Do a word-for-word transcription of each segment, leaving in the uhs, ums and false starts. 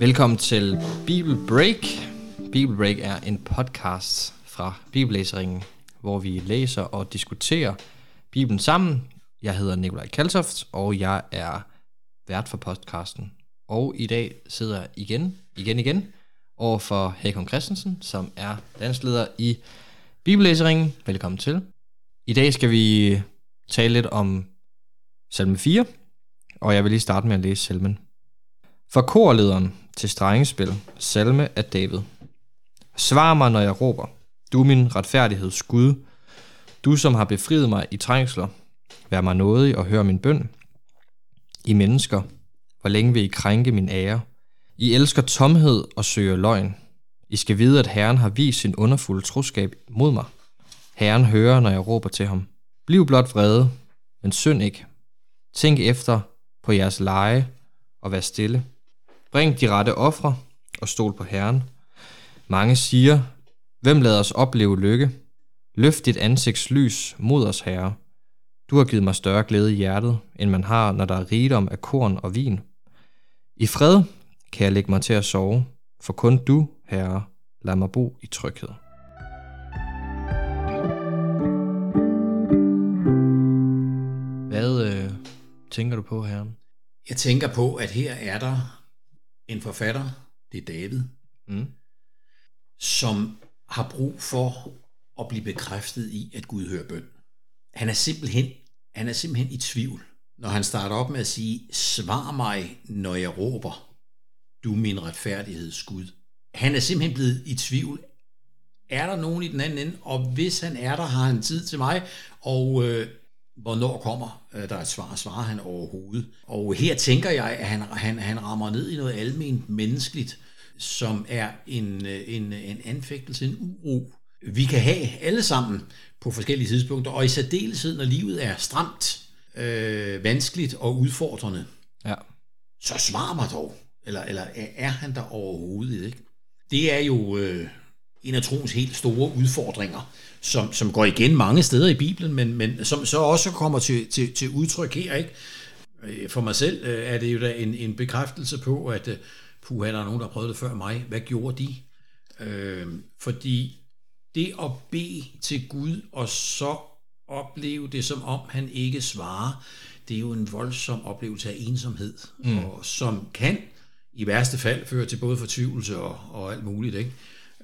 Velkommen til Bible Break. Bible Break er en podcast fra Bibellæseringen, hvor vi læser og diskuterer Bibelen sammen. Jeg hedder Nikolaj Kaltoft, og jeg er vært for podcasten. Og i dag sidder jeg igen, igen, igen over for Hakon Christensen, som er landsleder i Bibellæseringen. Velkommen til. I dag skal vi tale lidt om salme fire, og jeg vil lige starte med at læse salmen. For korlederen til strengespil, salme af David. Svar mig, når jeg råber. Du er min retfærdigheds Gud. Du, som har befriet mig i trængsler. Vær mig nådig og hør min bøn. I mennesker, hvor længe vil I krænke min ære? I elsker tomhed og søger løgn. I skal vide, at Herren har vist sin underfulde troskab mod mig. Herren hører, når jeg råber til ham. Bliv blot vrede, men synd ikke. Tænk efter på jeres leje og vær stille. Bring de rette ofre og stol på Herren. Mange siger, hvem lader os opleve lykke? Løft dit ansigts lys mod os, Herre. Du har givet mig større glæde i hjertet, end man har, når der er rigdom af korn og vin. I fred kan jeg lægge mig til at sove, for kun du, Herre, lad mig bo i tryghed. Hvad øh, tænker du på, Herre? Jeg tænker på, at her er der en forfatter, det er David, mm. som har brug for at blive bekræftet i, at Gud hører bøn. Han er simpelthen, han er simpelthen i tvivl, når han starter op med at sige, svar mig, når jeg råber, du er min retfærdigheds Gud. Han er simpelthen blevet i tvivl. Er der nogen i den anden ende? Og hvis han er der, har han tid til mig, og øh, hvornår kommer der et svar? Svarer han overhovedet? Og her tænker jeg, at han, han, han rammer ned i noget alment menneskeligt, som er en, en, en anfægtelse, en uro. Vi kan have alle sammen på forskellige tidspunkter, og i særdeleshed, når livet er stramt, øh, vanskeligt og udfordrende. Ja. Så svar mig dog. Eller, eller er han der overhovedet, ikke? Det er jo øh, en af troens helt store udfordringer, som, som går igen mange steder i Bibelen, men, men som så også kommer til, til, til udtryk her, ikke? For mig selv øh, er det jo da en, en bekræftelse på, at øh, puha, der er nogen, der har prøvet det før mig. Hvad gjorde de? Øh, fordi det at bede til Gud, og så opleve det, som om han ikke svarer, det er jo en voldsom oplevelse af ensomhed, mm. og som kan i værste fald føre til både fortvivlelse og, og alt muligt, ikke?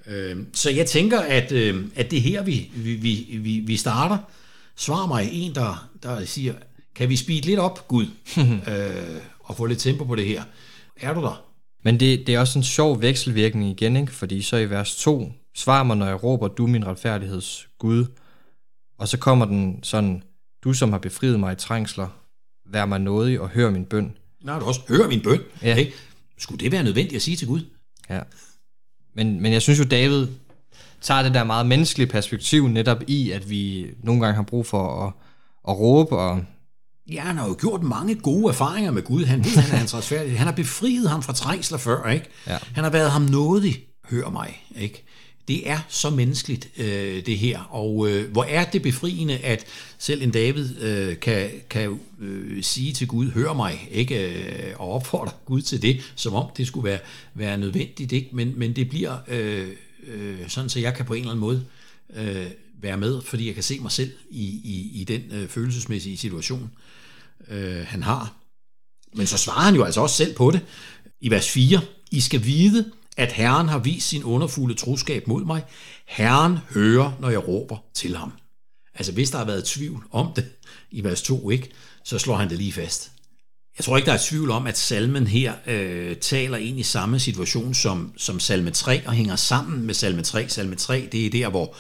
Så jeg tænker, at, at det her, vi, vi, vi, vi starter. Svar mig en, der, der siger, kan vi speede lidt op, Gud, øh, og få lidt tempo på det her? Er du der? Men det, det er også en sjov vekselvirkning igen, ikke? Fordi så i vers to, svar mig, når jeg råber, du min retfærdigheds Gud. Og så kommer den sådan, du som har befriet mig i trængsler, vær mig nådig og hør min bøn. Nej, du også hør min bøn. Ja. Ikke? Skulle det være nødvendigt at sige til Gud? Ja. Men, men jeg synes jo, David tager det der meget menneskelige perspektiv netop i, at vi nogle gange har brug for at, at råbe. Og ja, han har jo gjort mange gode erfaringer med Gud. Han ved, han er hans retfærdighed. Han har befriet ham fra trængsler før, ikke? Ja. Han har været ham nådig, hør mig, ikke? Det er så menneskeligt, øh, det her. Og øh, hvor er det befriende, at selv en David øh, kan, kan øh, sige til Gud, hør mig, ikke? Øh, og opfordre Gud til det, som om det skulle være, være nødvendigt, ikke? Men, men det bliver øh, øh, sådan, så jeg kan på en eller anden måde øh, være med, fordi jeg kan se mig selv i, i, i den øh, følelsesmæssige situation, øh, han har. Men så svarer han jo altså også selv på det. I vers fire, I skal vide, at Herren har vist sin underfulde troskab mod mig. Herren hører, når jeg råber til ham. Altså hvis der har været tvivl om det i vers to, ikke, så slår han det lige fast. Jeg tror ikke, der er tvivl om, at salmen her øh, taler ind i samme situation som, som salme tre, og hænger sammen med salme tre. Salme tre, det er der, hvor,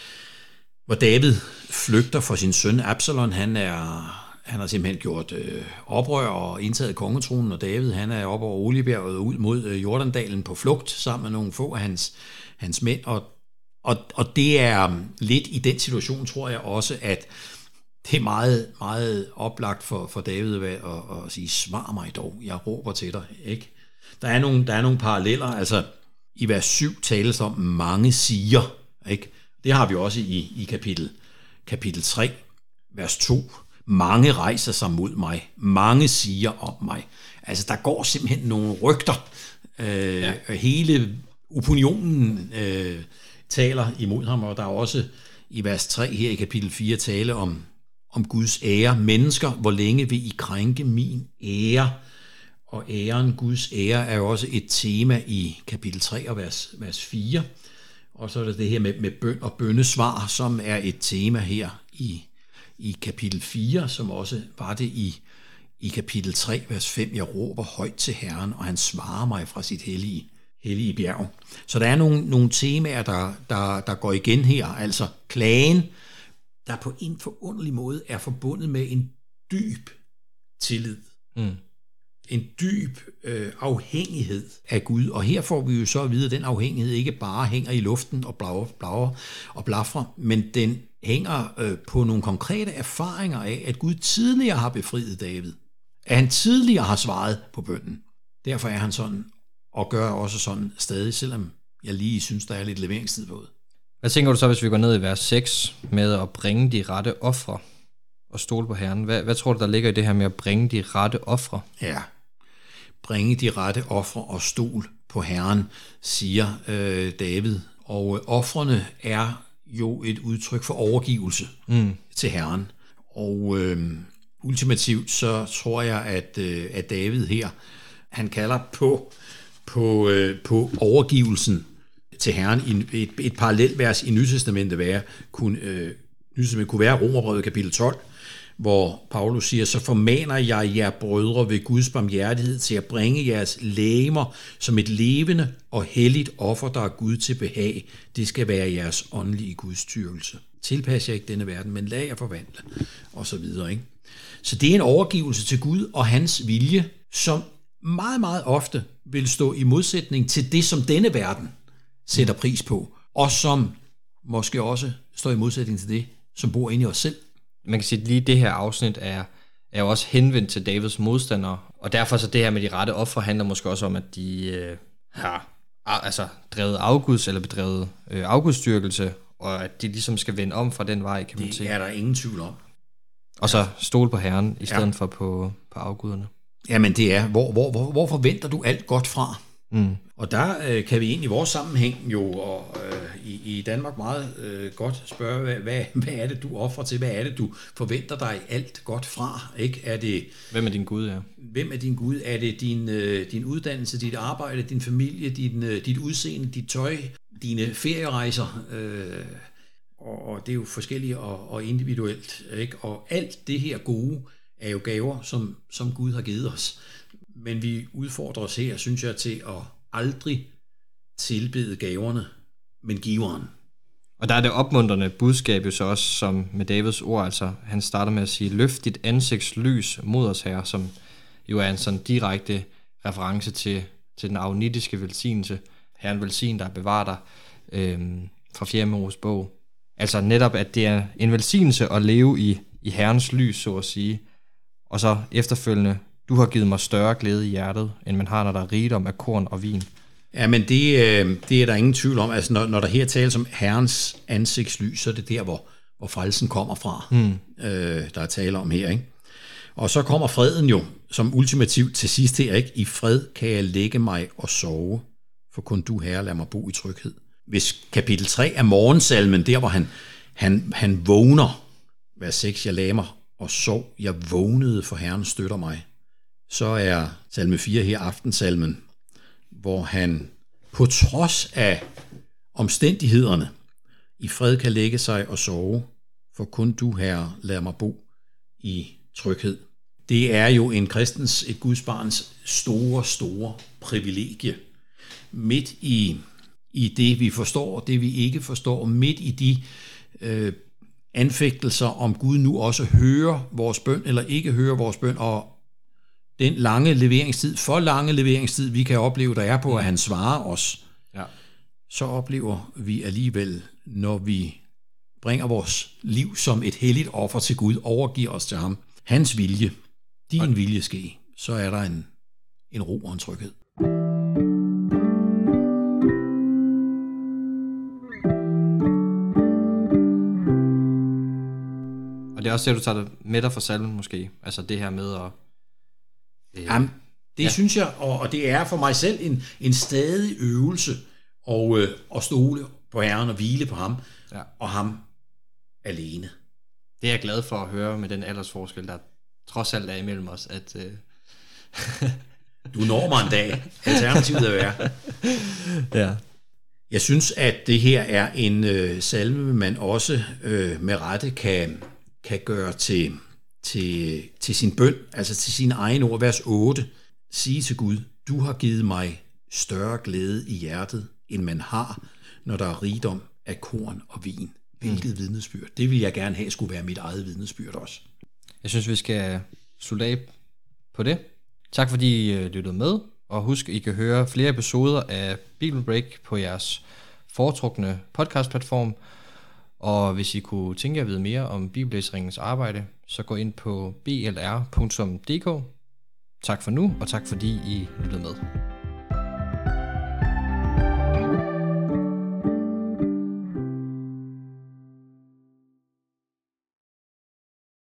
hvor David flygter for sin søn Absalom. Han er... Han har simpelthen gjort øh, oprør og indtaget kongetronen, og David han er oppe over Oliebjerget ud mod øh, Jordandalen på flugt sammen med nogle få af hans, hans mænd. Og, og, og det er lidt i den situation, tror jeg også, at det er meget, meget oplagt for, for David at, at, at sige, svar mig dog, jeg råber til dig. Ikke? Der er nogle, der er nogle paralleller, altså i vers syv tales om mange siger. Ikke? Det har vi også i, i kapitel, kapitel tre, vers to. Mange rejser sig mod mig. Mange siger om mig. Altså, der går simpelthen nogle rygter Øh, ja. Hele opinionen øh, taler imod ham, og der er også i vers tre her i kapitel fire tale om, om Guds ære. Mennesker, hvor længe vil I krænke min ære? Og æren, Guds ære, er jo også et tema i kapitel tre og vers, vers fire. Og så er der det her med, med bøn og bønnesvar, som er et tema her i, i kapitel fire, som også var det i, i kapitel tre, vers fem. Jeg råber højt til Herren, og han svarer mig fra sit hellige, hellige bjerg. Så der er nogle, nogle temaer, der, der, der går igen her. Altså klagen, der på en forunderlig måde er forbundet med en dyb tillid. Mm. En dyb øh, afhængighed af Gud. Og her får vi jo så at vide, at den afhængighed ikke bare hænger i luften og blager, blager og blafrer, men den hænger øh, på nogle konkrete erfaringer af, at Gud tidligere har befriet David. At han tidligere har svaret på bønnen. Derfor er han sådan, og gør også sådan stadig, selvom jeg lige synes, der er lidt leveringstid på det. Hvad tænker du så, hvis vi går ned i vers seks med at bringe de rette ofre og stole på Herren? Hvad, hvad tror du, der ligger i det her med at bringe de rette ofre? Ja, bringe de rette ofre og stol på Herren, siger øh, David. Og øh, ofrene er jo et udtryk for overgivelse mm. til Herren. Og øh, ultimativt så tror jeg, at, øh, at David her, han kalder på, på, øh, på overgivelsen til Herren. Et, et parallelvers i Nye Testamentet være, kunne, øh, Nye Testamentet kunne være Romerbrevet kapitel tolv, hvor Paulus siger, så formaner jeg jer brødre ved Guds barmhjertighed til at bringe jeres legemer som et levende og helligt offer, der er Gud til behag. Det skal være jeres åndelige gudstyrkelse. Tilpas jer ikke denne verden, men lad jer forvandle, og så videre. Ikke? Så det er en overgivelse til Gud og hans vilje, som meget, meget ofte vil stå i modsætning til det, som denne verden sætter pris på, og som måske også står i modsætning til det, som bor inde i os selv. Man kan sige, at lige det her afsnit er, er jo også henvendt til Davids modstandere, og derfor så det her med de rette ofre handler måske også om, at de øh, har altså drevet afguds eller bedrevet øh, afgudstyrkelse, og at de ligesom skal vende om fra den vej, kan man det sige. Det er der ingen tvivl om. Og så stole på Herren i stedet ja. for på, på afguderne. Jamen det er, hvor, hvor, hvor, hvor forventer du alt godt fra? Mm. Og der øh, kan vi egentlig i vores sammenhæng jo og, øh, i, i Danmark meget øh, godt spørge, hvad, hvad, hvad er det, du offrer til? Hvad er det, du forventer dig alt godt fra? Ikke? Er det, hvem er din Gud, ja? Hvem er din Gud? Er det din, øh, din uddannelse, dit arbejde, din familie, din, øh, dit udseende, dit tøj, dine ferierejser? Øh, og, og det er jo forskelligt og, og individuelt. Ikke? Og alt det her gode er jo gaver, som, som Gud har givet os. Men vi udfordrer os her, synes jeg, til at aldrig tilbede gaverne, men giveren. Og der er det opmuntrende budskab jo så også, som med Davids ord, altså han starter med at sige, løft dit ansigts lys mod os, Herre, som jo er en sådan direkte reference til, til den agnitiske velsignelse. Herren velsign dig, bevar dig, øhm, fra fjerde Moses bog. Altså netop, at det er en velsignelse at leve i, i Herrens lys, så at sige. Og så efterfølgende, du har givet mig større glæde i hjertet, end man har, når der er rigdom af korn og vin. Ja, men det, det er der ingen tvivl om. Altså, når, når der her tales om Herrens ansigtslys, så er det der, hvor, hvor frelsen kommer fra, mm. øh, der er tale om her. Ikke? Og så kommer freden jo som ultimativt til sidst her. Ikke? I fred kan jeg lægge mig og sove, for kun du, Herre, lad mig bo i tryghed. Hvis kapitel tre er morgensalmen, der hvor han, han, han vågner, vers seks, jeg lagde mig og sov, jeg vågnede, for Herren støtter mig. Så er salme fire her aftensalmen, hvor han på trods af omstændighederne i fred kan lægge sig og sove, for kun du, Herre, lader mig bo i tryghed. Det er jo en kristens, et Guds barns store, store privilegie. Midt i, i det, vi forstår, og det, vi ikke forstår, midt i de øh, anfægtelser, om Gud nu også hører vores bøn, eller ikke hører vores bøn, og den lange leveringstid, for lange leveringstid, vi kan opleve, der er på, at han svarer os, ja. Så oplever vi alligevel, når vi bringer vores liv som et helligt offer til Gud, overgiver os til ham, hans vilje, din og vilje ske, så er der en, en ro og en tryghed. Og det er også det, du tager med dig fra salmen måske, altså det her med at Jamen, Det ja. synes jeg, og, og det er for mig selv en, en stadig øvelse at, øh, at stole på Herren og hvile på ham, ja. og ham alene. Det er jeg glad for at høre med den aldersforskel, der trods alt er imellem os, at... Øh... Du når mig en dag. Alternativet er værd. Ja. Jeg synes, at det her er en øh, salme, man også øh, med rette kan, kan gøre til, til, til sin bøn, altså til sine egne ord. Vers otte. Sige til Gud, du har givet mig større glæde i hjertet, end man har, når der er rigdom af korn og vin. Hvilket mm. vidnesbyrd. Det vil jeg gerne have, skulle være mit eget vidnesbyrd også. Jeg synes, vi skal slutte af på det. Tak fordi I lyttede med, og husk, I kan høre flere episoder af Bible Break på jeres foretrukne podcastplatform. Og hvis I kunne tænke jer at vide mere om Bibellæseringens arbejde, så gå ind på b l r punktum d k. Tak for nu, og tak fordi I lyttede med.